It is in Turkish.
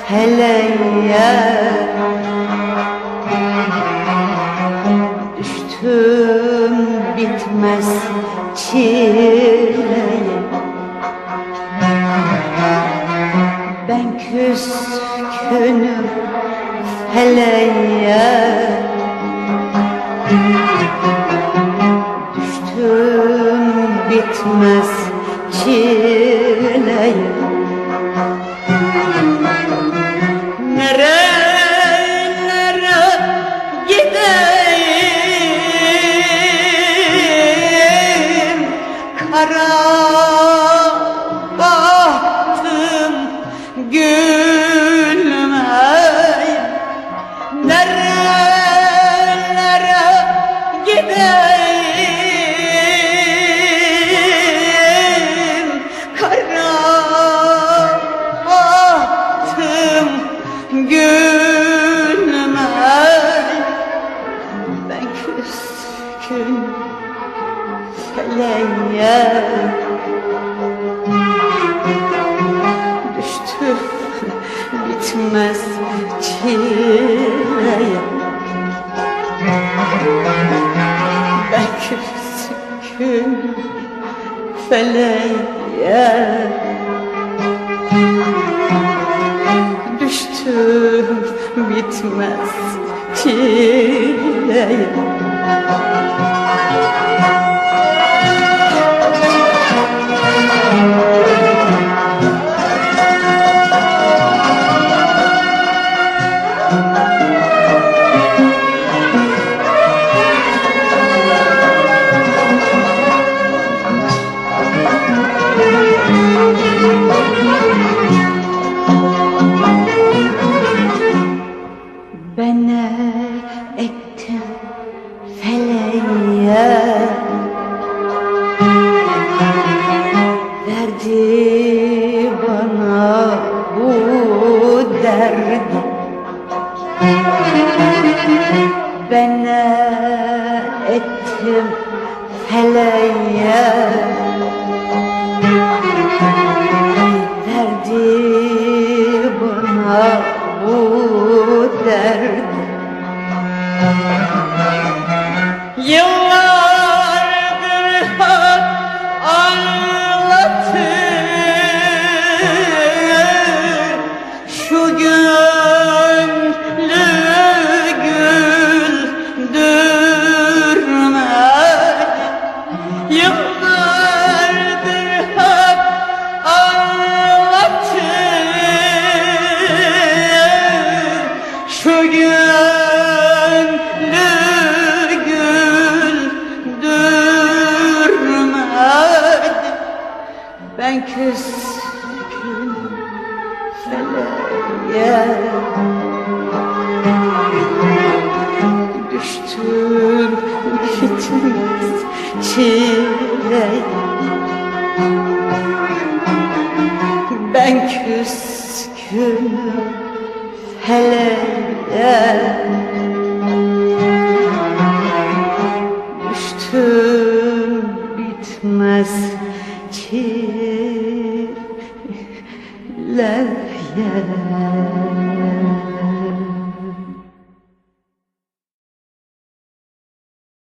feleğe düştüm bitmez çileye. Ben küskünüm feleğe düştüm bitmez çileye. Nerelere gideyim, kara bahtım gülmeyim. Nerelere gideyim, kara bahtım gülmeyim. Ben küskün feleğe düştüm bitmez çileye. Ben küskün feleğe düştüm bitmez çileye. Ben ne ettim feleğe, verdi bana bu derdi. Ben ne ettim feleğe, verdi bana bu derdi. Yıllardır hak anlatır, şu gönlü güldürmedi. Yıllardır hak anlatır, şu gönlü güldürmedi. Ben küskün feleğe düştüm bitmez çileye. Ben küskünüm feleğe düştüm bitmez çileye.